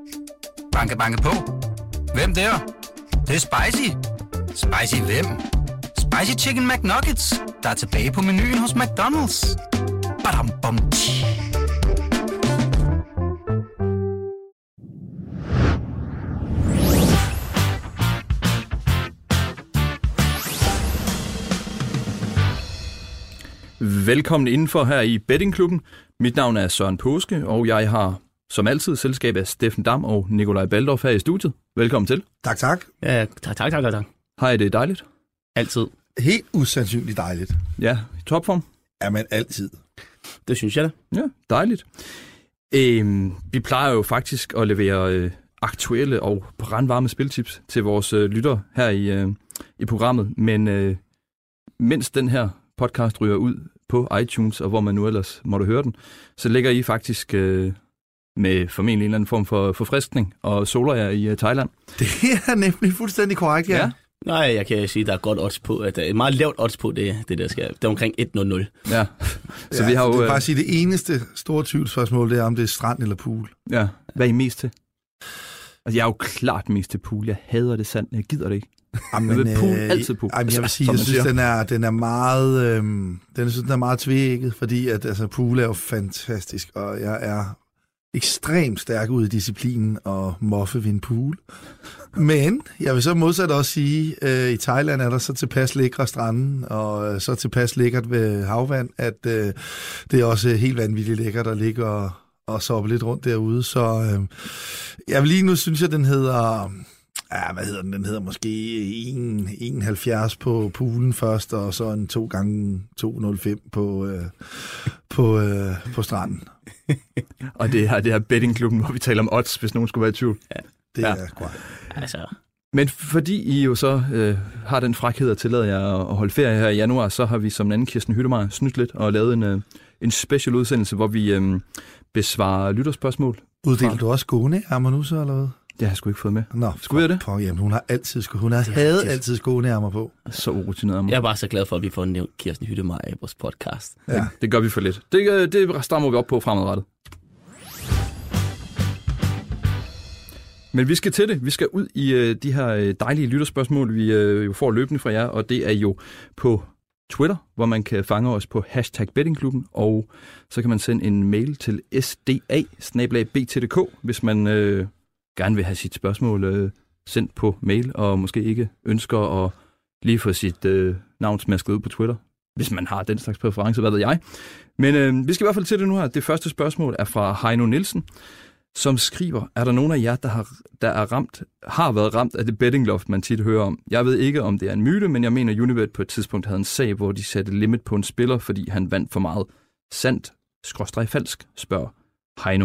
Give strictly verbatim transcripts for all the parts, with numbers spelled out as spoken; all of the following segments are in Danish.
Banke, banke på. Hvem der? Det, det er spicy. Spicy hvem? Spicy Chicken McNuggets, der er tilbage på menuen hos McDonald's. Badum, bom, tji. Velkommen indenfor her i Bettingklubben. Mit navn er Søren Påske, og jeg har som altid selskab af Steffen Dam og Nikolaj Baldorf her i studiet. Velkommen til. Tak, tak. Ja, tak, tak, tak, tak. Hej, det er dejligt. Altid. Helt usandsynligt dejligt. Ja, i topform. Jamen, altid. Det synes jeg da. Ja, dejligt. Øhm, vi plejer jo faktisk at levere øh, aktuelle og brandvarme spiltips til vores øh, lyttere her i, øh, i programmet, men øh, mens den her podcast ryger ud på iTunes, og hvor man nu ellers måtte høre den, så ligger I faktisk øh, med formentlig en eller anden form for forfriskning og soler jer i uh, Thailand. Det er nemlig fuldstændig korrekt, ja. ja. Nej, jeg kan sige, at der er godt odds på, at der er et meget lavt odds på, det, det der skal. Det er omkring et nul nul. Ja, så ja, vi har jo... Det er bare at sige, det eneste store tvivlsspørgsmål, det er, om det er strand eller pool. Ja, hvad er I mest til? Altså, jeg er jo klart mest til pool. Jeg hader det sand. Jeg gider det ikke. Jamen, jeg vil pool, øh, altid pool. Jamen, jeg vil sige, jeg synes, den er, den er meget, øhm, den, jeg synes, den er meget tvækket, fordi at, altså, pool er jo fantastisk, og jeg er ekstremt stærk ud i disciplinen og moffe ved en pool. Men jeg vil så modsat også sige, at øh, i Thailand er der så tilpas lækre stranden, og øh, så tilpas lækkert ved havvand, at øh, det er også helt vanvittigt lækkert at ligge og, og soppe lidt rundt derude. Så øh, jeg vil lige nu, synes jeg, den hedder... Ja, hvad hedder den? Den hedder måske en komma halvfjerds på poolen først, og så en to gange to komma nul fem på, øh, på, øh, på stranden. Og det er det her bettingklubben, hvor vi taler om odds, hvis nogen skulle være i tvivl. Ja, det ja. er korrekt. Altså. Men fordi I jo så øh, har den frækhed at tillade jer at holde ferie her i januar, så har vi som en anden Kirsten Hyttemeier snydt lidt og lavet en, øh, en special udsendelse, hvor vi øh, besvarer lytterspørgsmål. Uddeler du også skåneærmer nu så, eller hvad? Det har jeg sgu ikke fået med. Nå, skulle jeg det? På, jamen, hun har altid, sko- hun har havde altid skåneærmer på. Så urutineret af mig. Jeg er bare så glad for, at vi får nævnt Kirsten Hyttemeier i vores podcast. Ja. Det, det gør vi for lidt. Det, det strammer vi op på fremadrettet. Men vi skal til det. Vi skal ud i øh, de her dejlige lytterspørgsmål, vi øh, jo får løbende fra jer, og det er jo på Twitter, hvor man kan fange os på hashtag bettingklubben, og så kan man sende en mail til s d a bindestreg b t punktum d k, hvis man øh, gerne vil have sit spørgsmål øh, sendt på mail, og måske ikke ønsker at lige få sit øh, navn smasket ud på Twitter, hvis man har den slags præference, hvad ved jeg. Men øh, vi skal i hvert fald til det nu her. Det første spørgsmål er fra Heino Nielsen, som skriver, er der nogen af jer, der har, der er ramt, har været ramt af det bettingloft, man tit hører om? Jeg ved ikke, om det er en myte, men jeg mener, Unibet på et tidspunkt havde en sag, hvor de satte limit på en spiller, fordi han vandt for meget. Sandt, skråstreg falsk, spørger Heino.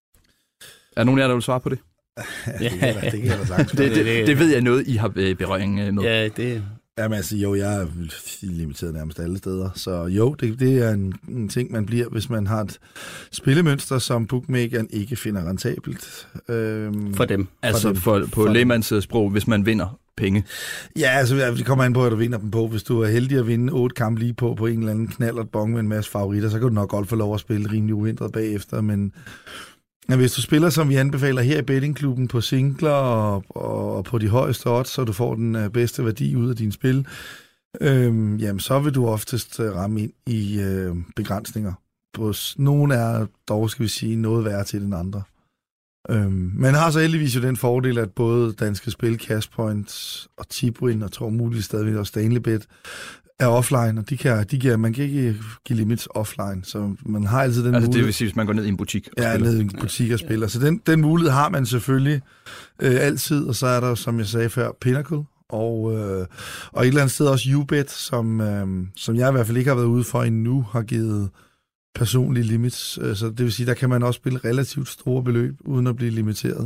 Er der nogen af jer, der vil svare på det? Ja, det kan jeg, det kan jeg da sagt. det, det, det ved jeg noget, I har berøring med. Ja, det... Jamen altså, jo, jeg er limiteret nærmest alle steder, så jo, det, det er en, en ting, man bliver, hvis man har et spillemønster, som bookmakeren ikke finder rentabelt. Øhm, for dem. Altså dem. For, på lægmands sprog, hvis man vinder penge. Ja, altså det kommer an på, at du vinder dem på. Hvis du er heldig at vinde otte kampe lige på, på en eller anden knallert bong med en masse favoritter, så kan du nok godt få lov at spille rimelig uhindret bagefter, men... Ja, hvis du spiller, som vi anbefaler her i bettingklubben, på singler og, og på de højeste odds, så du får den uh, bedste værdi ud af dine spil, øhm, jamen så vil du oftest uh, ramme ind i uh, begrænsninger. På nogle er dog, skal vi sige, noget værre til den andre. Øhm, man har så heldigvis jo den fordel, at både Danske Spil, Cashpoint og Tipwin, og tror muligvis stadigvæk også Stanleybet, er offline, og de kan, de giver, man kan ikke give limits offline, så man har altid den altså, mulighed. Det vil sige, hvis man går ned i en butik og ja, spiller. ned i en butik og spiller. Så den, den mulighed har man selvfølgelig øh, altid, og så er der, som jeg sagde før, Pinnacle, og, øh, og et eller andet sted også Ubet, som, øh, som jeg i hvert fald ikke har været ude for endnu, har givet personlige limits. Så det vil sige, der kan man også spille relativt store beløb, uden at blive limiteret.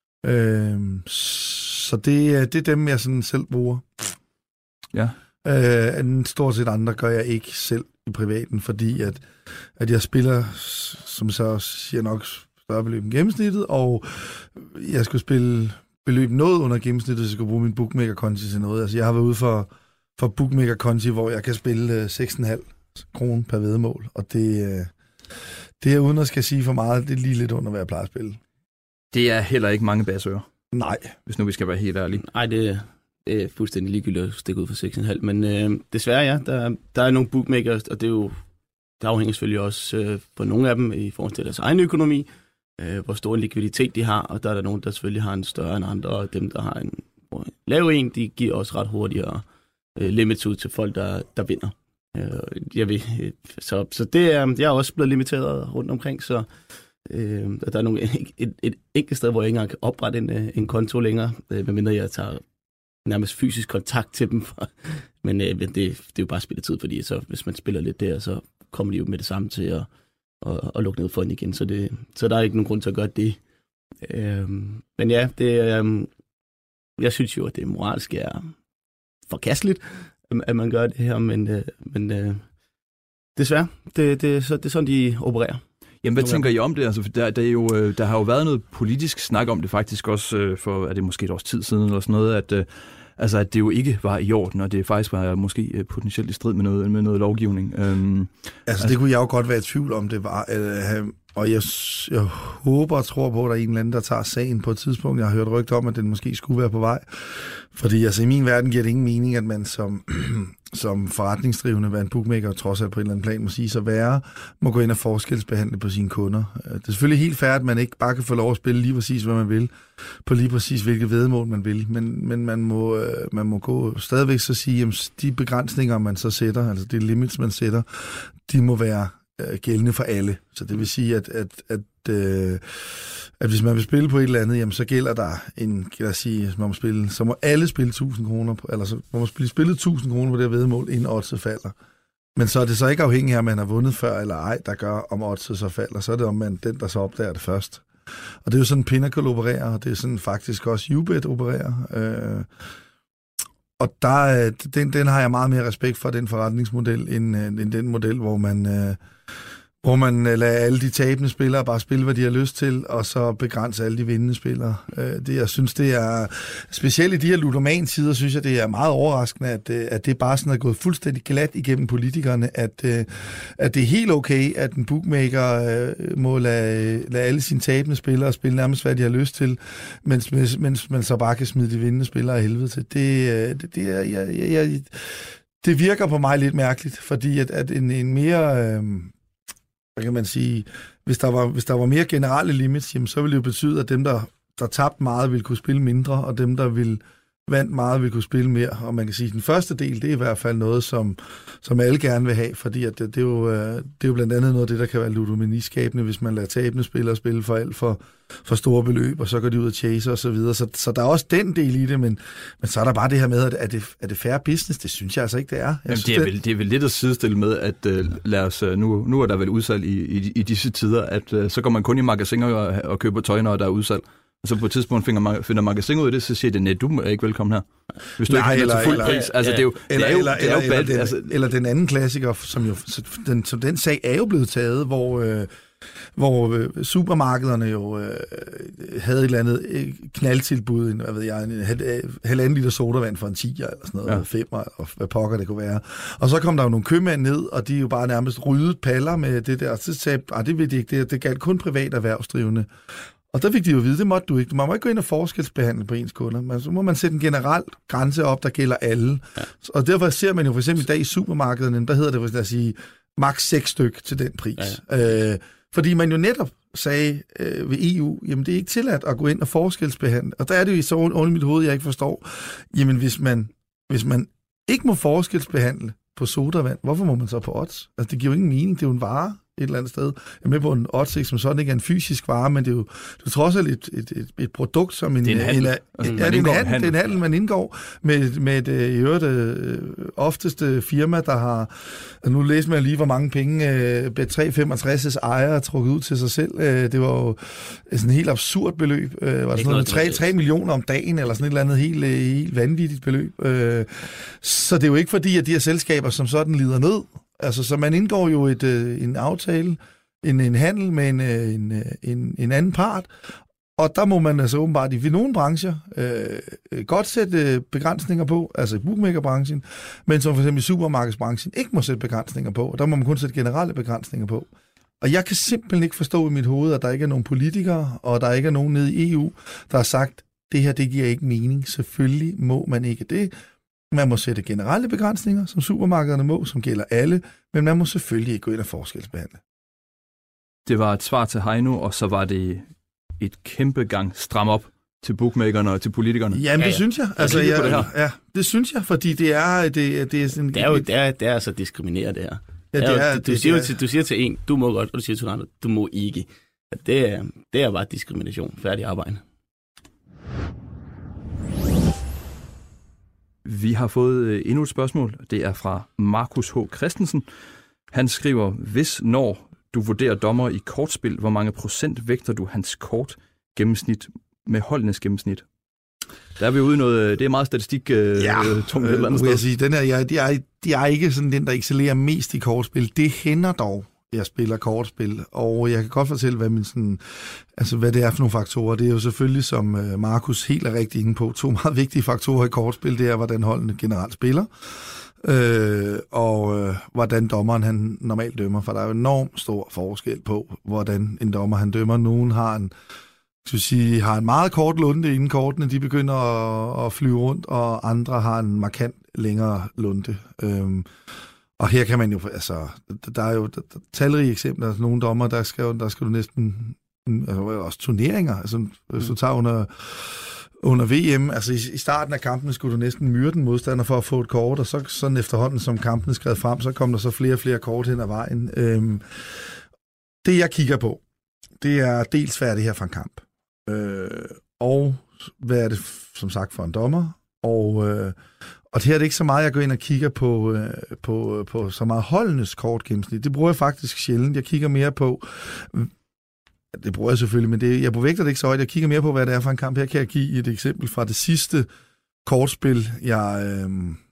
Øh, så det, det er dem, jeg sådan selv bruger. Ja. Øh, stort set andre gør jeg ikke selv i privaten, fordi at, at jeg spiller, som så siger nok, større beløb end gennemsnittet, og jeg skulle spille beløb noget under gennemsnittet, så jeg skulle bruge min bookmaker-konti til noget. Altså jeg har været ude for, for bookmaker-konti, hvor jeg kan spille seks komma fem kroner per væddemål, og det, det er uden at skal sige for meget, det er lige lidt under, hvad jeg plejer at spille. Det er heller ikke mange basører. Nej. Hvis nu vi skal være helt ærlige. Nej, det, det er fuldstændig ligegyldigt at stikke ud for seks komma fem. Men øh, desværre, ja, der, der er nogle bookmakers, og det er jo, der afhænger selvfølgelig også øh, på nogle af dem i forhold til deres egen økonomi, øh, hvor stor en likviditet de har, og der er der nogen, der selvfølgelig har en større end andre, og dem, der har en lav en, de giver også ret hurtigere øh, limits ud til folk, der, der vinder. Øh, jeg ved, øh, så, så det er, jeg er også blevet limiteret rundt omkring, så øh, der er nogle, et, et, et enkelt sted, hvor jeg ikke engang kan oprette en, en konto længere, øh, medmindre jeg tager nærmest fysisk kontakt til dem. Men øh, det, det er jo bare spillet tid, fordi så, hvis man spiller lidt der, så kommer de jo med det samme til at, at, at lukke ned for den igen, så, det, så der er ikke nogen grund til at gøre det. Øh, men ja, det øh, jeg synes jo, at det moralsk er forkasteligt, at man gør det her, men, øh, men øh, desværre, det, det, så, det er sådan, de opererer. Jamen, hvad tænker I om det? Altså, der, der, er jo, der har jo været noget politisk snak om det faktisk også, for er det måske et års tid siden, eller sådan noget, at, altså, at det jo ikke var i orden, og det faktisk var måske potentielt i strid med noget, med noget lovgivning. Øhm, altså, altså, det kunne jeg jo godt være i tvivl om, det var. Øh, og jeg, jeg håber og tror på, at der er en eller anden, der tager sagen på et tidspunkt. Jeg har hørt rygter om, at den måske skulle være på vej. Fordi altså, i min verden giver det ingen mening, at man som, som forretningsdrivende, hvad en bookmaker trods alt på en eller anden plan må sige så være, må gå ind og forskelsbehandle på sine kunder. Det er selvfølgelig helt fair, at man ikke bare kan få lov at spille lige præcis, hvad man vil, på lige præcis, hvilke væddemål man vil. Men, men man, må, man må gå stadigvæk så sige, at de begrænsninger, man så sætter, altså de limits, man sætter, de må være gældende for alle. Så det vil sige, at, at, at, øh, at hvis man vil spille på et eller andet, jamen, så gælder der en, kan jeg sige, man må spille, så må alle spille tusind kroner, på, eller så må man blive spillet tusind kroner på det her væddemål, inden oddset falder. Men så er det så ikke afhængigt af, om man har vundet før eller ej, der gør, om oddset så falder. Så er det om man den, der så opdager det først. Og det er jo sådan, Pinnacle opererer, og det er sådan faktisk også Ubet opererer. Øh, og der, den, den har jeg meget mere respekt for, den forretningsmodel, end, end den model, hvor man... Øh, hvor man lader alle de tabende spillere bare spille, hvad de har lyst til, og så begrænse alle de vindende spillere. Det, jeg synes, det er... Specielt i de her ludoman-tider, synes jeg, det er meget overraskende, at, at det bare sådan er gået fuldstændig glat igennem politikerne, at, at det er helt okay, at en bookmaker må lade, lade alle sine tabende spillere spille nærmest, hvad de har lyst til, mens, mens man så bare kan smide de vindende spillere af helvede til. Det, det, det, er, jeg, jeg, jeg, det virker på mig lidt mærkeligt, fordi at, at en, en mere... Øh, kan man sige, hvis der var, hvis der var mere generelle limits, jamen, så ville det jo betyde, at dem, der, der tabte meget, ville kunne spille mindre, og dem, der ville vandt meget, ville kunne spille mere. Og man kan sige, at den første del, det er i hvert fald noget, som, som alle gerne vil have, fordi at det, det, er jo, det er jo blandt andet noget af det, der kan være ludomaniskabende, hvis man lader tabende spillere spille for alt for, for store beløb, og så går de ud og chase og så videre. Så, så der er også den del i det, men, men så er der bare det her med, at er det, er det fair business? Det synes jeg altså ikke, det er. Jeg Jamen, synes, det, er vel, det er vel lidt at sidestille med, at uh, lad os, uh, nu, nu er der vel udsalg i, i, i disse tider, at uh, så går man kun i magasiner og, og køber tøj, når der er udsalg. Og så på et tidspunkt finder, finder magasinet ud af det, så siger det, nej, du er ikke velkommen her. Hvis du Nej, ikke eller, til fuld eller, pris. Altså, det er jo, eller, det er jo, eller, det er jo eller, bad, den, altså, eller den anden klassiker, som jo, den, som den sag er jo blevet taget, hvor, øh, hvor øh, supermarkederne jo øh, havde et eller andet øh, knaldtilbud, en, hvad ved jeg, en halvanden liter sodavand for en tiger, eller sådan noget, ja. femmer, og hvad pokker det kunne være. Og så kom der jo nogle købmænd ned, og de jo bare nærmest ryddet paller med det der, og så sagde ah, det ved de ikke, det, det galt kun privat erhvervsdrivende. Og der fik de jo at vide, det måtte du ikke. Man må ikke gå ind og forskelsbehandle på ens kunder. Men så må man sætte en generel grænse op, der gælder alle. Ja. Og derfor ser man jo for eksempel i dag i supermarkederne, der hedder det, lad os sige, maks seks styk til den pris. Ja. Øh, fordi man jo netop sagde øh, ved E U, jamen det er ikke tilladt at gå ind og forskelsbehandle. Og der er det jo så oven i mit hoved, jeg ikke forstår. Jamen hvis man, hvis man ikke må forskelsbehandle på sodavand, hvorfor må man så på odds? Altså det giver jo ingen mening, det er jo en vare et eller andet sted. Jeg er med på en odds, som sådan ikke er en fysisk vare, men det er jo, det er trods alt et, et, et, et produkt, som en... Det er en handel. En, altså, ja, det er en handel, handel. Det er en handel, man indgår med, med et i øvrigt øh, ofteste firma, der har... Nu læste man lige, hvor mange penge øh, B tre femogtres' ejer har trukket ud til sig selv. Øh, det var jo sådan et helt absurd beløb. Øh, var det sådan noget tre millioner om dagen, eller sådan et eller andet helt, helt vanvittigt beløb. Øh, så det er jo ikke fordi, at de her selskaber som sådan lider ned. Altså, så man indgår jo et, øh, en aftale, en, en handel med en, øh, en, en, en anden part, og der må man altså åbenbart i nogle brancher øh, godt sætte begrænsninger på, altså i bookmakerbranchen, men som for eksempel i supermarkedsbranchen ikke må sætte begrænsninger på, og der må man kun sætte generelle begrænsninger på. Og jeg kan simpelthen ikke forstå i mit hoved, at der ikke er nogen politikere, og der ikke er nogen nede i E U, der har sagt, det her, det giver ikke mening. Selvfølgelig må man ikke det. Man må sætte generelle begrænsninger, som supermarkederne må, som gælder alle, men man må selvfølgelig ikke gå ind og forskelsbehandle. Det var et svar til Heino, og så var det et kæmpe gang stram op til bookmakerne og til politikerne. Jamen, det ja, ja. synes jeg. Altså, jeg, jeg det her. Ja, det synes jeg, fordi det er... Det, det er, sådan, det er jo det er, det er altså diskrimineret, det her. Ja, det er, du, du, det, siger det er, til, du siger til en, du må godt, og du siger til andre, du må ikke. Det er, det er bare diskrimination. Færdig arbejde. Vi har fået endnu et spørgsmål. Det er fra Markus H. Christensen. Han skriver, hvis når du vurderer dommer i kortspil, hvor mange procent vægter du hans kort gennemsnit med holdenes gennemsnit? Der er vi ude i noget, det er meget statistik øh, ja, tungt et øh, eller andet sted. Jeg sige, den her, jeg, de, er, de er ikke sådan den, der excellerer mest i kortspil. Det hænder dog, jeg spiller kortspil, og jeg kan godt fortælle, hvad, min sådan, altså, hvad det er for nogle faktorer. Det er jo selvfølgelig, som Markus helt er rigtig inde på, to meget vigtige faktorer i kortspil. Det er, hvordan holdene generelt spiller, øh, og øh, hvordan dommeren han normalt dømmer. For der er jo enormt stor forskel på, hvordan en dommer han dømmer. Nogen har en skal sige, har en meget kort lunde, inden kortene de begynder at, at flyve rundt, og andre har en markant længere lunde. Øhm, og her kan man jo, altså, der er jo der, der, talrige eksempler. Altså, nogle dommer, der skal, der skal du næsten, altså også turneringer, altså hvis du tager under, under V M, altså i, i starten af kampen skulle du næsten myrde den modstander for at få et kort, og så sådan efterhånden, som kampen er skrevet frem, så kom der så flere og flere kort hen ad vejen. Øhm, det jeg kigger på, det er dels hvad er det her for en kamp. Øh, og hvad er det som sagt for en dommer, og, øh, og det her er det ikke så meget, jeg går ind og kigger på, øh, på, på så meget holdenes kort gennemsnit. Det bruger jeg faktisk sjældent. Jeg kigger mere på, det bruger jeg selvfølgelig, men det, jeg vægter det ikke så højt. Jeg kigger mere på, hvad det er for en kamp. Her kan jeg give et eksempel fra det sidste kortspil, jeg, øh,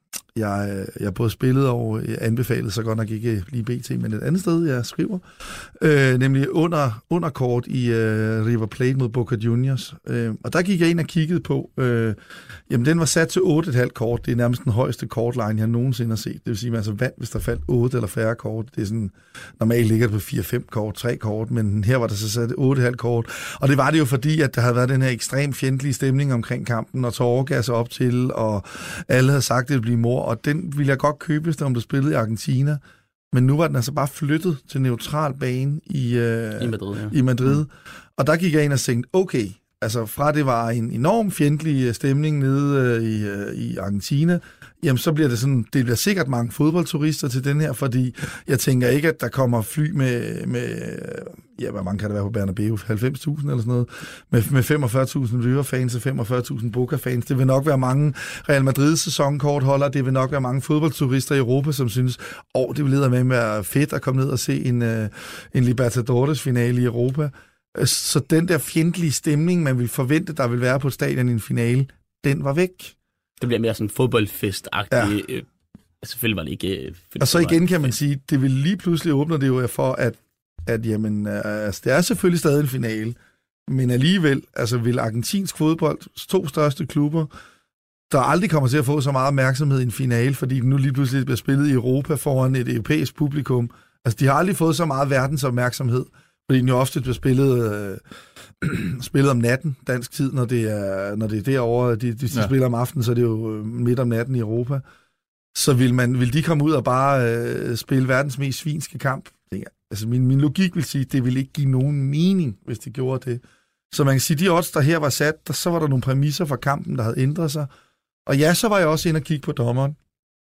jeg, jeg både spillede og anbefalede, så godt nok ikke lige B T, men et andet sted, jeg skriver. Øh, nemlig under, under kort i øh, River Plate mod Boca Juniors. Øh, og der gik jeg ind og kiggede på, øh, jamen den var sat til otte komma fem kort. Det er nærmest den højeste kortline, jeg nogensinde har set. Det vil sige, at man altså vandt, hvis der faldt otte eller færre kort. Det er sådan, normalt ligger det på fire fem kort, tre kort, men her var der så sat otte komma fem kort. Og det var det jo fordi, at der havde været den her ekstrem fjendtlige stemning omkring kampen, og tåregas op til, og alle havde sagt, at det ville blive mor, og den ville jeg godt købe, hvis der spillede i Argentina. Men nu var den altså bare flyttet til neutral bane i, øh, I Madrid. Ja. I Madrid. Mm. Og der gik jeg ind og tænkte, okay, altså fra det var en enorm fjendtlig stemning nede øh, i, øh, i Argentina, jamen så bliver det sådan, det bliver sikkert mange fodboldturister til den her, fordi jeg tænker ikke, at der kommer fly med, med ja, hvor mange kan der være på Bernabeu? halvfems tusind eller sådan noget, med, med femogfyrre tusind River-fans og femogfyrre tusind Boca-fans. Det vil nok være mange Real Madrid-sæsonkortholdere, det vil nok være mange fodboldturister i Europa, som synes, åh, oh, det vil lede med at være fedt at komme ned og se en, uh, en Libertadores-finale i Europa. Så den der fjendtlige stemning, man ville forvente, der ville være på et stadion i en finale, den var væk. Det bliver mere sådan fodboldfest-agtigt. Ja. Selvfølgelig var det ikke... Og så igen kan man sige, det vil lige pludselig åbne det jo for, at, at jamen, altså, det er selvfølgelig stadig en finale, men alligevel altså, vil argentinsk fodbold, to største klubber, der aldrig kommer til at få så meget opmærksomhed i en finale, fordi den nu lige pludselig bliver spillet i Europa foran et europæisk publikum. Altså, de har aldrig fået så meget verdensopmærksomhed, fordi den jo ofte bliver spillet, øh, spillet om natten, dansk tid, når det er, når det er derovre. De, de, de ja. spiller om aftenen, så er det jo midt om natten i Europa. Så vil, man, vil de komme ud og bare øh, spille verdens mest svinske kamp? Altså min, min logik vil sige, at det vil ikke give nogen mening, hvis de gjorde det. Så man kan sige, at de odds, der her var sat, der, så var der nogle præmisser for kampen, der havde ændret sig. Og ja, så var jeg også inde og kigge på dommeren.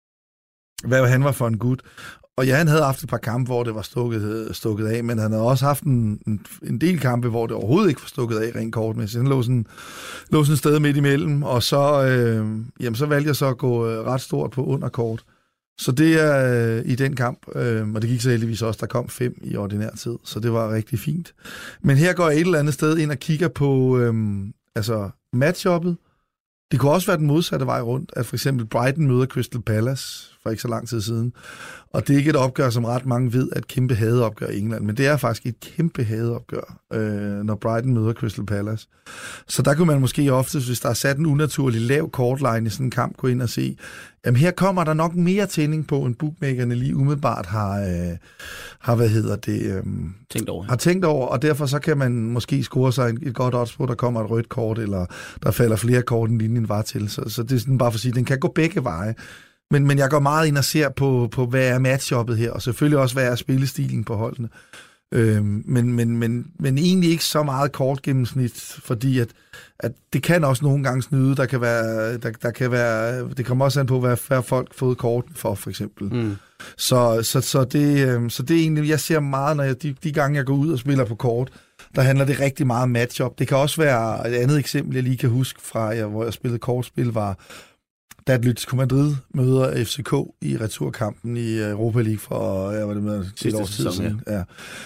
Hvad han var for en gut. Og ja, han havde haft et par kampe, hvor det var stukket, stukket af, men han havde også haft en, en, en del kampe, hvor det overhovedet ikke var stukket af rent kortmæssigt. Han lå sådan, lå sådan et sted midt imellem, og så, øh, jamen, så valgte jeg så at gå øh, ret stort på underkort. Så det er øh, i den kamp, øh, og det gik så heldigvis også, der kom fem i ordinær tid, så det var rigtig fint. Men her går jeg et eller andet sted ind og kigger på øh, altså matchuppet, Det kunne også være den modsatte vej rundt, at for eksempel Brighton møder Crystal Palace for ikke så lang tid siden. Og det er ikke et opgør, som ret mange ved, at et kæmpe hadeopgør i England, men det er faktisk et kæmpe hadeopgør, øh, når Brighton møder Crystal Palace. Så der kunne man måske ofte, hvis der er sat en unaturlig lav kortline i sådan en kamp, gå ind og se, jamen her kommer der nok mere tænding på, end bookmakerne lige umiddelbart har, øh, har hvad hedder det, øh, tænkt over. har tænkt over, og derfor så kan man måske score sig et godt odds på, der kommer et rødt kort, eller der falder flere kort, end linjen var til. Så, så det er sådan bare for at sige, den kan gå begge veje. Men, men jeg går meget ind og ser på, på hvad er matchuppet her, og selvfølgelig også, hvad er spillestilen på holdene. Øhm, men, men, men, men egentlig ikke så meget kort gennemsnit, fordi at, at det kan også nogle gange snyde. Der kan være, der, der kan være, det kommer også an på, hvad, hvad folk fået kort for, for eksempel. Mm. Så, så, så, det, så det er egentlig, jeg ser meget, når jeg, de, de gange, jeg går ud og spiller på kort, der handler det rigtig meget om matchup. Det kan også være et andet eksempel, jeg lige kan huske fra, jeg, hvor jeg spillede kortspil, var da Atletico Madrid møder F C K i returkampen i Europa League for, ja, var det med et års tid siden. Ja.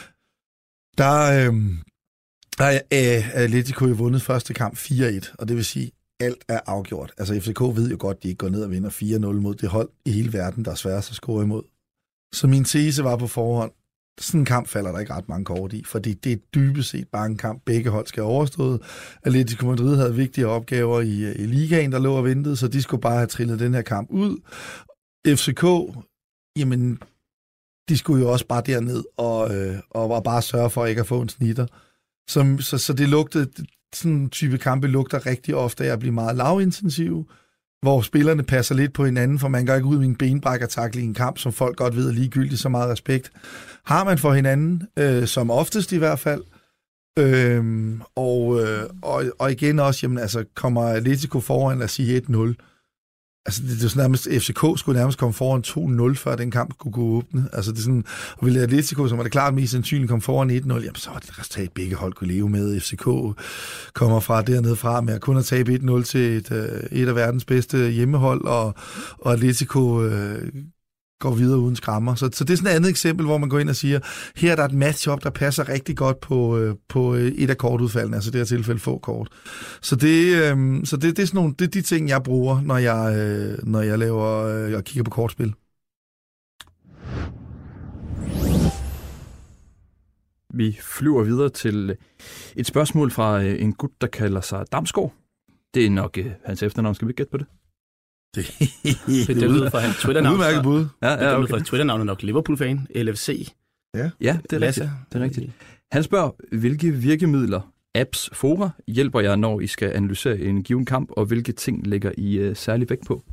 Der, øh, der er Atletico jo vundet første kamp fire et, og det vil sige, alt er afgjort. Altså F C K ved jo godt, at de ikke går ned og vinder fire nul mod det hold i hele verden, der er sværest at score imod. Så min tese var på forhånd, sådan en kamp falder der ikke ret mange kort i, fordi det er dybest set bare en kamp, begge hold skal have overstået. Atletico Madrid havde vigtige opgaver i, i ligaen, der lå og ventede, så de skulle bare have trillet den her kamp ud. F C K, jamen, de skulle jo også bare derned og, øh, og var bare sørge for ikke at få en snitter. Så, så, så det lugtede, sådan en type kampe lugter rigtig ofte af at blive meget lavintensiv, hvor spillerne passer lidt på hinanden, for man går ikke ud med en benbrækkertakle i en kamp, som folk godt ved er ligegyldigt, så meget respekt har man for hinanden, øh, som oftest i hvert fald. Øh, og, øh, og, og igen også, jamen, altså, kommer Atletico foran, lad os sige et nul. Altså, det, det er nærmest, F C K skulle nærmest komme foran to nul, før den kamp kunne gå åbne. Altså, det er sådan, og ville Atletico, som var det klart mest sandsynligt, komme foran et nul, jamen, så var det et resultat, begge hold kunne leve med. F C K kommer fra dernede fra med at kun at tabe et nul til et, et af verdens bedste hjemmehold, og, og Atletico øh, går videre uden skrammer. Så, så det er sådan et andet eksempel, hvor man går ind og siger, her er der et matchup, der passer rigtig godt på, øh, på et af kortudfaldene, altså det her tilfælde få kort. Så det, øh, så det, det er sådan nogle, det er de ting, jeg bruger, når jeg, øh, når jeg laver, øh, jeg kigger på kortspil. Vi flyver videre til et spørgsmål fra en gut, der kalder sig Damsgaard. Det er nok øh, hans efternavn. Skal vi gætte på det? Det, det lyder for hans Twitter-navn. Udmærket bud. Ja, ja, okay. Det lyder for hans Twitter-navn er nok Liverpool-fan, L F C. Ja, ja det, er rigtigt. det er rigtigt. Han spørger, hvilke virkemidler, apps, fora hjælper jer, når I skal analysere en given kamp, og hvilke ting lægger I uh, særlig vægt på?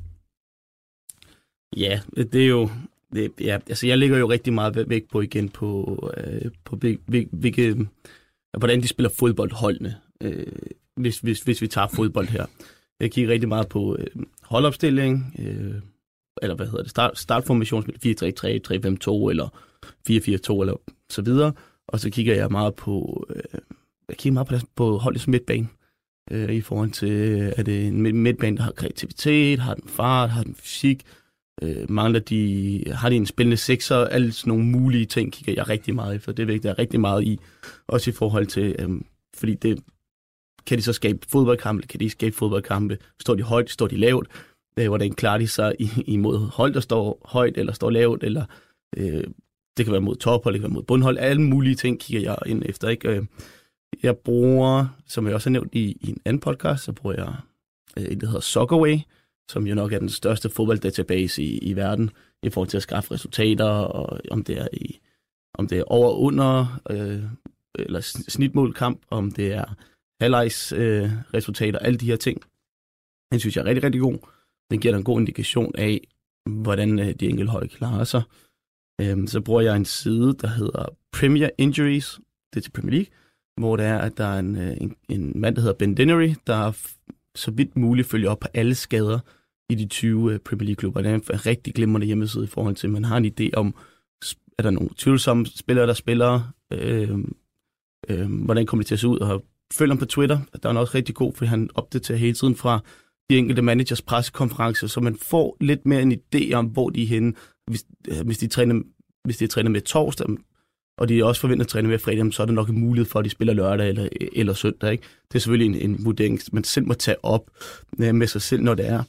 Ja, det er jo... Det, ja, altså jeg lægger jo rigtig meget vægt på igen på, øh, på hvilke, hvordan de spiller fodboldholdene, øh, hvis, hvis, hvis vi tager fodbold her. Jeg kigger rigtig meget på øh, holdopstilling, øh, eller hvad hedder det, start, startformation, fire tre tre, tre fem to eller fire fire to eller så videre. Og så kigger jeg meget på, øh, jeg kigger meget på, på holdets midtbane, øh, i forhold til, er det en midtbane, der har kreativitet, har den fart, har den fysik, øh, mangler de, har de en spillende sekser, alle sådan nogle mulige ting kigger jeg rigtig meget efter. Det er vigtigt, der er rigtig meget i, også i forhold til, øh, fordi det, kan de så skabe fodboldkampe, kan de skabe fodboldkampe, står de højt, står de lavt, øh, hvordan klarer de sig imod hold, der står højt eller står lavt, eller øh, det kan være mod tophold, det kan være mod bundhold, alle mulige ting kigger jeg ind efter. Ikke? Jeg bruger, som jeg også har nævnt i, i en anden podcast, så bruger jeg øh, en, der hedder Soccerway, som jo nok er den største fodbolddatabase i, i verden, i forhold til at skaffe resultater, og om det er, i, om det er over og under, øh, eller snitmålkamp, om det er halvlejs øh, resultater, alle de her ting. Den synes jeg er rigtig, rigtig god. Den giver dig en god indikation af, hvordan øh, de enkelte hold klarer sig. Øhm, så bruger jeg en side, der hedder Premier Injuries, det er til Premier League, hvor der er, at der er en, en, en mand, der hedder Ben Dinnery, der så vidt muligt følger op på alle skader i de tyve Premier League-klubber. Det er en rigtig glimrende hjemmeside i forhold til, at man har en idé om, er der nogle tvivlsomme spillere, der spiller, øh, øh, hvordan kommer de til at se ud, og følger ham på Twitter, der er også rigtig god, fordi han opdaterer hele tiden fra de enkelte managers pressekonferencer, så man får lidt mere en idé om, hvor de er henne, hvis, hvis de træner, hvis de træner med torsdag, og de er også forventet at træne med fredag, så er der nok en mulighed for, at de spiller lørdag eller, eller søndag. Ikke? Det er selvfølgelig en, en vurdering, man selv må tage op med sig selv, når det er.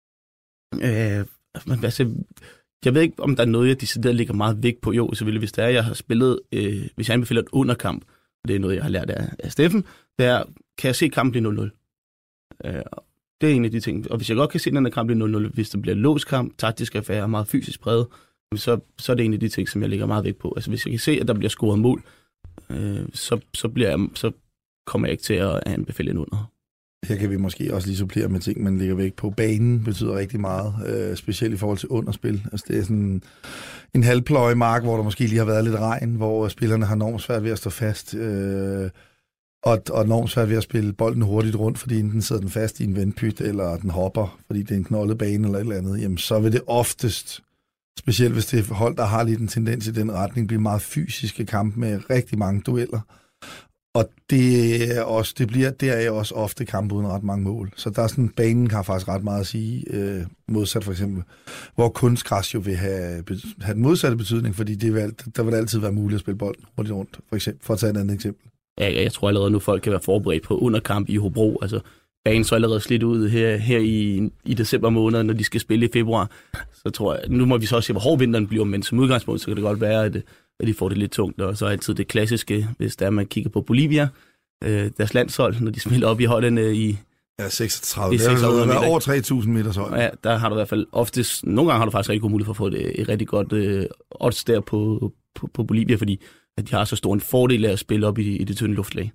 Øh, men, altså, jeg ved ikke, om der er noget, jeg decideret lægger meget vægt på. Jo, selvfølgelig, hvis det er, jeg har spillet, øh, hvis jeg anbefaler et underkamp, og det er noget, jeg har lært af, af Steffen, det er, kan jeg se kampen blive nul nul? Øh, det er en af de ting. Og hvis jeg godt kan se, den her kamp blive nul nul, hvis det bliver låskamp, taktisk affære, meget fysisk præget, så, så er det en af de ting, som jeg lægger meget vægt på. Altså, hvis jeg kan se, at der bliver scoret mål, øh, så, så, bliver jeg, så kommer jeg ikke til at anbefale en under. Her kan vi måske også lige supplere med ting, man lægger vægt på. Banen betyder rigtig meget, øh, specielt i forhold til underspil. Altså, det er sådan en halvpløje mark, hvor der måske lige har været lidt regn, hvor spillerne har enormt svært ved at stå fast, øh, og, og enormt svært ved at spille bolden hurtigt rundt, fordi enten sidder den fast i en vendpyt, eller den hopper, fordi det er en knoldet bane eller et eller andet. Jamen, så vil det oftest, specielt hvis det er hold, der har lidt en tendens i den retning, blive meget fysiske kampe med rigtig mange dueller. Og det er også, det bliver der også ofte kampe uden ret mange mål. Så der er sådan, banen har faktisk ret meget at sige, øh, modsat for eksempel, hvor kunstgræs jo vil have, have den modsatte betydning, fordi det vil, der vil altid være muligt at spille bolden hurtigt rundt, for eksempel, for at tage et andet eksempel. Ja, jeg tror allerede nu, folk kan være forberedt på underkamp i Hobro. Altså, banen så allerede slidt ud her, her i, i december måned, når de skal spille i februar. Så tror jeg, nu må vi så også se, hvor hård vinteren bliver, men som udgangspunkt, så kan det godt være, at at de får det lidt tungt, og så er altid det klassiske, hvis der man kigger på Bolivia, øh, deres landshold, når de spiller op i holdene i... Ja, seksogtredive. Det har været over tre tusind meters højde. Ja, der har du i hvert fald oftest... Nogle gange har du faktisk rigtig god mulighed for at få et, et rigtig godt øh, odds der på, på, på Bolivia, fordi at de har så stor en fordel af at spille op i, i det tynde luftlag.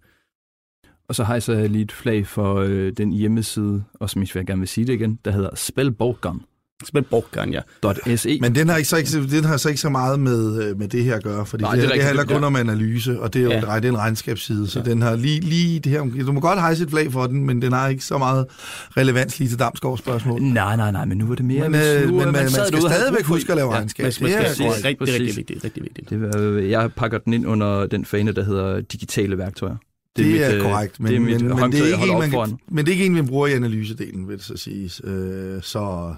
Og så hejser jeg lige et flag for øh, den hjemmeside, og som jeg gerne vil sige det igen, der hedder Spelborgan. Spelborgan, ja. .se. Men den har, ikke så ikke, den har så ikke så meget med, med det her at gøre, fordi Nej, det, det, det handler kun om analyse, og det er jo ja. det er en regnskabsside, så ja. den har lige, lige det her, du må godt hejse et flag for den, men den har ikke så meget relevans lige til Damsgaards spørgsmål. Nej, nej, nej, men nu er det mere... Men, øh, nu, men man, man, man skal stadigvæk huske at lave ja, regnskab. Man, man skal, det er rigtig, rigtig, rigtig vigtigt. Rigtig vigtigt. Det, jeg pakker den ind under den fane, der hedder digitale værktøjer. Det, det er mit, korrekt, men det er, mit men, men, det er ikke en, man, men det er ikke en, vi bruger i analysedelen, vil det så siges. Øh, så...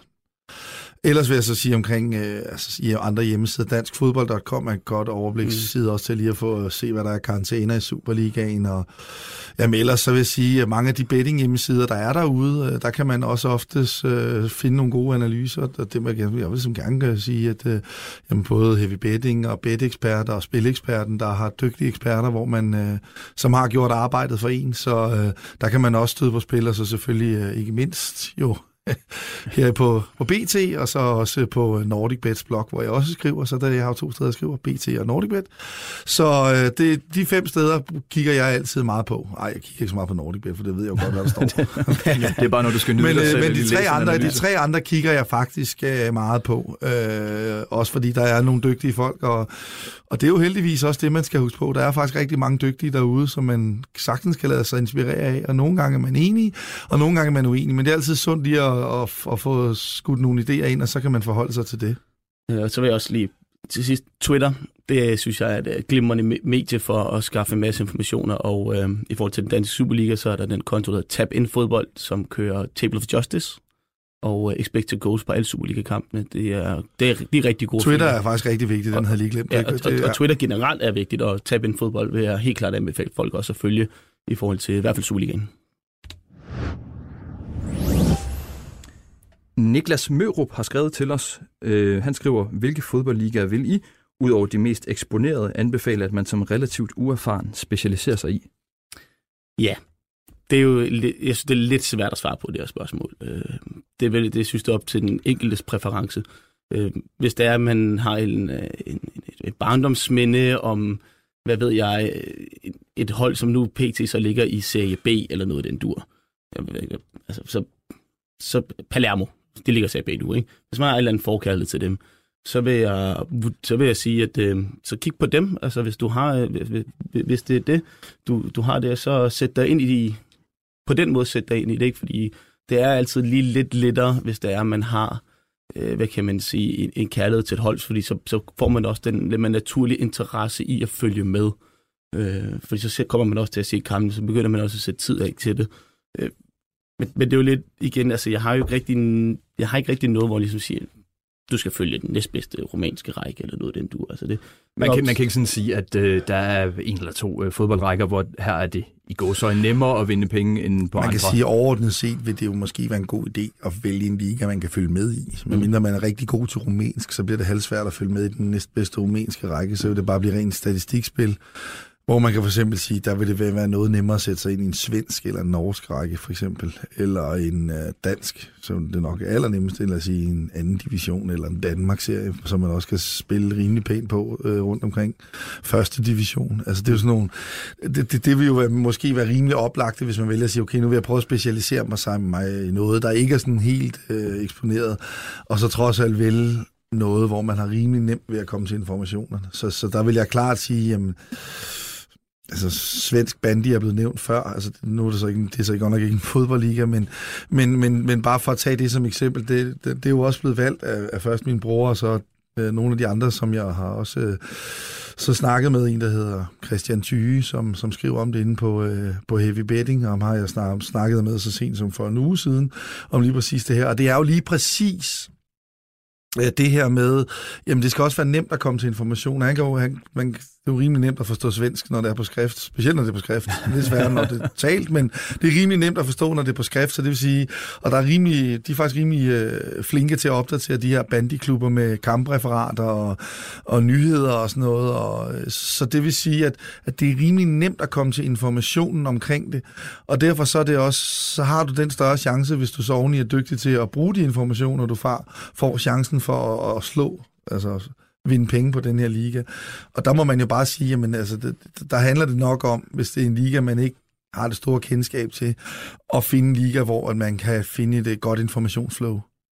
Ellers vil jeg så sige omkring øh, altså, i andre hjemmesider, dansk fodbold punktum com er et godt overbliksside mm. også til lige at få at se, hvad der er karantæner i Superligaen. Og, jamen, ellers så vil jeg sige, at mange af de betting hjemmesider, der er derude, der kan man også oftest øh, finde nogle gode analyser. Og det, jeg, jeg vil som gerne sige, at øh, jamen, både Heavy Betting og bet-eksperter og spileksperten, der har dygtige eksperter, hvor man, øh, som har gjort arbejdet for en, så øh, der kan man også støde på spil, og så selvfølgelig øh, ikke mindst jo her på, på B T, og så også på NordicBets blog, hvor jeg også skriver, så der jeg har to steder, jeg skriver, B T og NordicBet. Så øh, det, de fem steder kigger jeg altid meget på. Ej, jeg kigger ikke så meget på NordicBet, for det ved jeg jo godt, hvad der står. Det er bare, når du skal nyde men, dig selv. Men de tre, andre, de tre andre kigger jeg faktisk øh, meget på. Øh, også fordi der er nogle dygtige folk, og, og det er jo heldigvis også det, man skal huske på. Der er faktisk rigtig mange dygtige derude, som man sagtens kan lade sig inspirere af, og nogle gange er man enig, og nogle gange er man uenig, men det er altid sundt lige at Og, og få skudt nogle idéer ind, og så kan man forholde sig til det. Ja, så vil jeg også lige til sidst, Twitter, det synes jeg er et glimrende medie for at skaffe en masse informationer, og øh, i forhold til den danske Superliga, så er der den konto, der hedder Tap In Fodbold, som kører Table of Justice, og uh, Expected Goals på alle Superliga-kampene. Det er, det er de er rigtig gode. Twitter er faktisk rigtig vigtigt, den havde lige glemt. Ja, og, og, og Twitter generelt er vigtigt, og Tap In Fodbold vil jeg helt klart anbefale folk også at følge, i forhold til i hvert fald Superligaen. Niklas Mørup har skrevet til os. Øh, han skriver, hvilke fodboldligaer vil I, udover de mest eksponerede, anbefale, at man som relativt uerfaren specialiserer sig i? Ja, det er jo jeg synes, det er lidt svært at svare på det her spørgsmål. Det er vel, det synes jeg op til den enkeltes præference. Hvis det er, at man har en, en, et barndomsminde om, hvad ved jeg, et hold, som nu P T så ligger i Serie B eller noget af den dur. Altså, så, så Palermo, de ligger i Serie B nu, ikke? Hvis man har et eller andet forkærlighed til dem, så vil jeg, så vil jeg sige, at øh, så kig på dem. Altså, hvis du har, hvis det er det, du, du har der, så sæt dig ind i de, på den måde sæt dig ind i det, ikke? Fordi det er altid lige lidt lettere, hvis det er, at man har, øh, hvad kan man sige, en, en kærlighed til et hold, fordi så, så får man også den lidt mere naturlige interesse i at følge med. Øh, fordi så kommer man også til at se kampen, så begynder man også at sætte tid af til det. Øh, men, men det er jo lidt, igen, altså, jeg har jo ikke rigtig, jeg har ikke rigtig noget, hvor jeg ligesom siger, du skal følge den næstbedste romanske række, eller noget den du. Altså det, man, kan, man kan ikke sådan sige, at øh, der er en eller to øh, fodboldrækker, hvor her er det i gåseøjne nemmere at vinde penge end på man andre. Man kan sige, at overordnet set vil det jo måske være en god idé at vælge en liga, man kan følge med i. Men mindre man er rigtig god til rumænsk, så bliver det halvsvært at følge med i den næstbedste rumænske række, så vil det bare blive rent statistikspil. Hvor man kan for eksempel sige, der vil det være noget nemmere at sætte sig ind i en svensk eller en norsk række, for eksempel, eller en uh, dansk, som det nok er allernemmest, eller at sige en anden division, eller en Danmark-serie, som man også kan spille rimelig pænt på uh, rundt omkring første division. Altså det er jo sådan nogle, det, det, det vil jo være, måske være rimelig oplagt, hvis man vælger at sige, okay, nu vil jeg prøve at specialisere mig sammen med mig i noget, der ikke er sådan helt uh, eksponeret, og så trods alt vælge noget, hvor man har rimelig nemt ved at komme til informationerne. Så, så der vil jeg klart sige, jamen, altså, svensk bandy er blevet nævnt før. Altså, nu er det så ikke, det er så godt nok ikke en fodboldliga, men, men, men, men bare for at tage det som eksempel, det, det, det er jo også blevet valgt af, af først min bror, og så øh, nogle af de andre, som jeg har også øh, så snakket med, en, der hedder Christian Thyge, som, som skriver om det inde på, øh, på Heavy Betting, og ham har jeg snak, snakket med så sent som for en uge siden, om lige præcis det her. Og det er jo lige præcis det her med, jamen det skal også være nemt at komme til information. Han kan jo, han, man, det er jo rimelig nemt at forstå svensk, når det er på skrift. Specielt når det er på skrift. Det er svært, når det er talt, men det er rimelig nemt at forstå, når det er på skrift. Så det vil sige, og der er rimelig, de er faktisk rimelig øh, flinke til at opdatere de her bandyklubber med kampreferater og, og nyheder og sådan noget. Og, så det vil sige, at, at det er rimelig nemt at komme til informationen omkring det. Og derfor så er det også, så har du den større chance, hvis du så oveni er dygtig til at bruge de informationer, du får, får chancen for at, at slå, altså vinde penge på den her liga. Og der må man jo bare sige, jamen altså, det, der handler det nok om, hvis det er en liga, man ikke har det store kendskab til, at finde en liga, hvor man kan finde et godt informationsflow.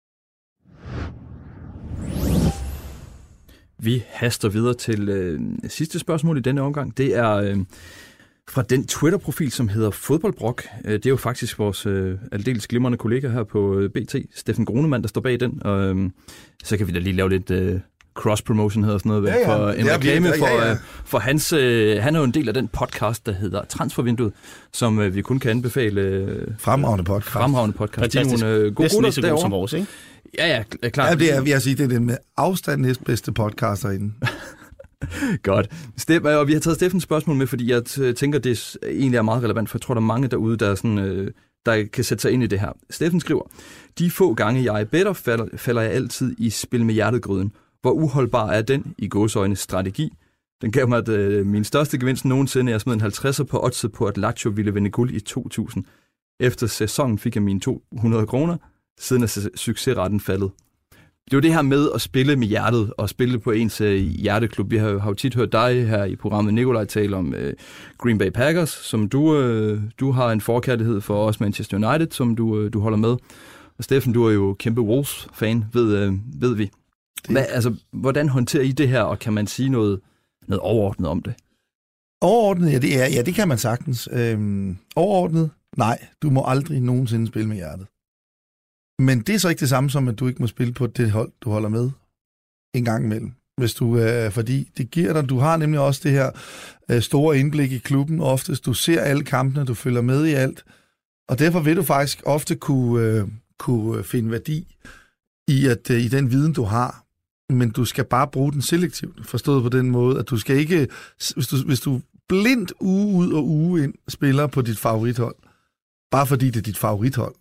Vi haster videre til øh, sidste spørgsmål i denne omgang. Det er øh, fra den Twitter-profil, som hedder Fodboldbrok. Øh, det er jo faktisk vores øh, aldeles glimrende kollega her på øh, B T, Steffen Grunemann, der står bag den. Og øh, så kan vi da lige lave lidt øh, cross-promotion, hedder sådan noget, ja, ja. for en reklame for, ja, ja. Øh, for hans... Øh, han er jo en del af den podcast, der hedder Transfervinduet, som øh, vi kun kan anbefale. Øh, fremragende podcast. Fremragende podcast. Fantastisk. Det er nogle øh, gode gutter derovre. Som vores, ikke? Ja, ja, klart. Ja, det er, vil jeg sige, det er den med afstand næstbedste podcast herinde. Godt. Steff, og vi har taget Steffens spørgsmål med, fordi jeg t- tænker, det egentlig er meget relevant, for jeg tror, der er mange derude, der, er sådan, øh, der kan sætte sig ind i det her. Steffen skriver, de få gange, jeg er bedre, falder, falder jeg altid i spil med hjertegryden. Hvor uholdbar er den i gåseøjne strategi? Den gav mig at, øh, min største gevinst nogensinde. Jeg smed en halvtredser på oddset på, at Lazio ville vinde guld i to tusind. Efter sæsonen fik jeg mine to hundrede kroner. Siden er succesretten faldet. Det er jo det her med at spille med hjertet og spille på ens øh, hjerteklub. Vi har, har jo tit hørt dig her i programmet, Nikolaj, tale om øh, Green Bay Packers, som du, øh, du har en forkærlighed for, også Manchester United, som du, øh, du holder med. Og Steffen, du er jo kæmpe Wolves-fan, ved, øh, ved vi. Hvad, altså, hvordan håndterer I det her, og kan man sige noget, noget overordnet om det? Overordnet, ja, det er, ja, det kan man sagtens. Øhm, overordnet, nej, du må aldrig nogensinde spille med hjertet. Men det er så ikke det samme som, at du ikke må spille på det hold, du holder med en gang imellem. Hvis du, øh, fordi det giver dig, du har nemlig også det her øh, store indblik i klubben oftest. Du ser alle kampene, du følger med i alt, og derfor vil du faktisk ofte kunne, øh, kunne finde værdi i, at, øh, i den viden, du har. Men du skal bare bruge den selektivt, forstået på den måde, at du skal ikke, hvis du, hvis du blindt uge ud og uge ind spiller på dit favorithold, bare fordi det er dit favorithold,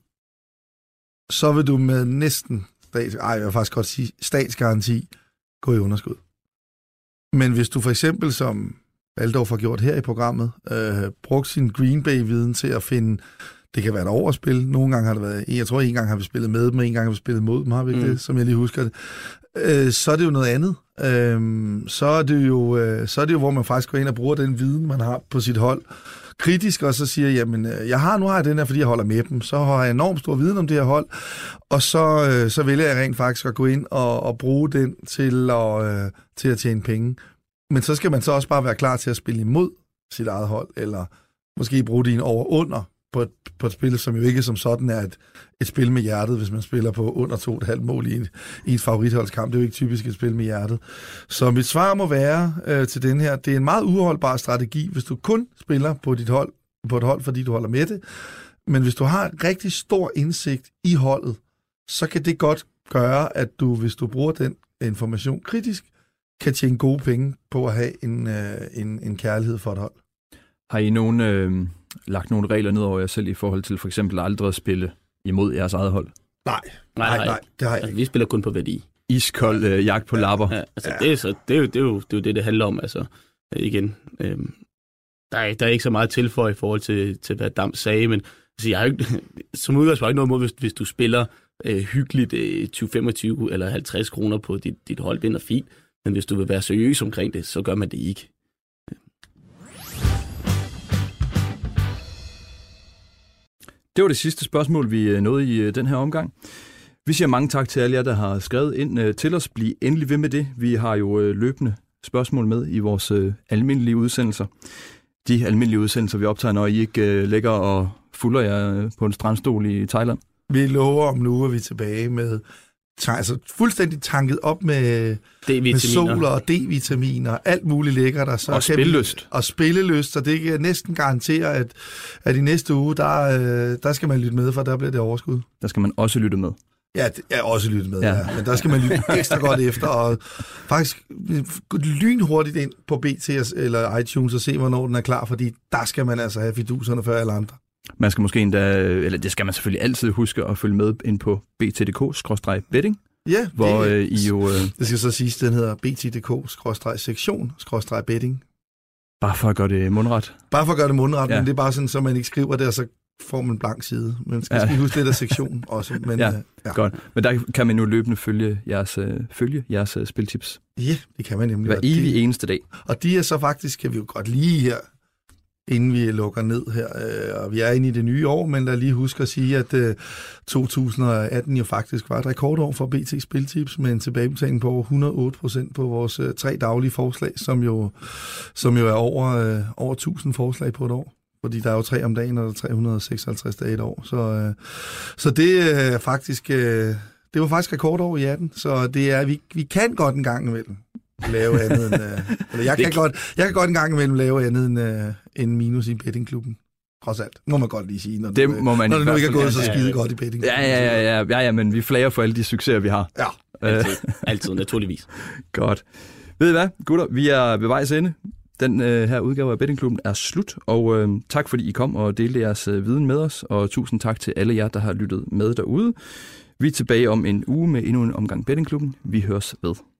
så vil du med næsten, stats, ej, jeg vil faktisk godt sige, statsgaranti, gå i underskud. Men hvis du for eksempel, som Valdorf har gjort her i programmet, øh, brugt sin Green Bay-viden til at finde, det kan være et overspil, nogle gange har det været, jeg tror en gang har vi spillet med dem, og en gang har vi spillet mod dem, har vi ikke mm. det, som jeg lige husker det, øh, så er det jo noget andet. Øh, så, er det jo, øh, så er det jo, hvor man faktisk går ind og bruger den viden, man har på sit hold, kritisk, og så siger, jamen, jeg har, nu har jeg den her, fordi jeg holder med dem, så har jeg enormt stor viden om det her hold, og så, øh, så vælger jeg rent faktisk at gå ind og, og bruge den til at, øh, til at tjene penge. Men så skal man så også bare være klar til at spille imod sit eget hold, eller måske bruge din over under på et, på et spil, som jo ikke som sådan er et, et spil med hjertet, hvis man spiller på under to komma fem mål i en, i en favoritholdskamp. Det er jo ikke typisk et spil med hjertet. Så mit svar må være øh, til den her, det er en meget uholdbar strategi, hvis du kun spiller på dit hold, på et hold, fordi du holder med det. Men hvis du har rigtig stor indsigt i holdet, så kan det godt gøre, at du, hvis du bruger den information kritisk, kan tjene gode penge på at have en, øh, en, en kærlighed for et hold. Har I nogen, øh, lagt nogle regler ned over jer selv i forhold til for eksempel aldrig at spille imod jeres eget hold? Nej, Nej, nej, nej. nej, det har jeg Altså, ikke. vi spiller kun på værdi. Iskold øh, jagt på lapper. Ja, altså, Ja. Det, er så, det, er jo, det, er jo, det er jo det, det handler om. Altså, øh, igen, øh, der, er, der er ikke så meget tilføje i forhold til, til hvad Dam sagde, men altså, jeg er ikke, som udgangspunkt ikke noget mod, hvis, hvis du spiller øh, hyggeligt øh, tyve femogtyve eller halvtreds kroner på dit, dit hold, vinder fint, men hvis du vil være seriøs omkring det, så gør man det ikke. Det var det sidste spørgsmål, vi nåede i den her omgang. Vi siger mange tak til alle jer, der har skrevet ind til os. Bliv endelig ved med det. Vi har jo løbende spørgsmål med i vores almindelige udsendelser. De almindelige udsendelser, vi optager, når I ikke ligger og fulder jer på en strandstol i Thailand. Vi lover om nu, at vi er tilbage med altså fuldstændig tanket op med, med sol og D-vitaminer og alt muligt lækkert. Og, så og spillelyst. Vi, og spillelyst, så det kan jeg næsten garantere, at, at i næste uge, der, der skal man lytte med, for der bliver det overskud. Der skal man også lytte med. Ja, det er også lytte med, ja. ja. Men der skal man lytte ekstra godt efter, og faktisk gå lynhurtigt ind på B T S eller iTunes og se, hvornår den er klar, fordi der skal man altså have fiduserne før alle andre. Man skal måske endda, eller det skal man selvfølgelig altid huske at følge med ind på b t punktum d k skråstreg betting. Ja, hvor det, øh, I jo... Øh, det skal så siges, den hedder b t punktum d k skråstreg sektion skråstreg betting. Bare for at gøre det mundret. Bare for at gøre det mundret, ja. Men det er bare sådan, så man ikke skriver det, og så får man en blank side. Man skal ja. huske lidt af sektion også. Men, ja, øh, ja, godt. Men der kan man nu løbende følge jeres, øh, følge jeres øh, spiltips. Ja, det kan man nemlig. Hver evig eneste dag. Og de er så faktisk, kan vi jo godt lige her, inden vi lukker ned her, øh, og vi er inde i det nye år, men lad lige huske at sige, at øh, to tusind atten jo faktisk var et rekordår for B T Spiltips, med en tilbagebetaling på over hundrede og otte procent på vores øh, tre daglige forslag, som jo, som jo er over, øh, over tusind forslag på et år. Fordi der er jo tre om dagen, og der er tre hundrede og seksoghalvtreds dage et år. Så, øh, så det er faktisk, øh, det var faktisk rekordår i atten, så det er, vi, vi kan godt en gang imellem lave andet end... Øh, eller jeg kan, godt, jeg kan godt en gang imellem lave andet end, øh, end minus i bettingklubben. Trods alt. Må man godt lige sige, når, det du, må man når det nu ikke er gået ja, så skide ja, ja. godt i bettingklubben. Ja, ja, ja, ja, ja, ja, men vi flager for alle de succeser, vi har. Ja. Altid, altid naturligvis. Godt. Ved I hvad, gutter? Vi er ved vejs ende. Den øh, her udgave af Bettingklubben er slut, og øh, tak fordi I kom og delte jeres øh, viden med os, og tusind tak til alle jer, der har lyttet med derude. Vi er tilbage om en uge med endnu en omgang Bettingklubben. Vi høres ved.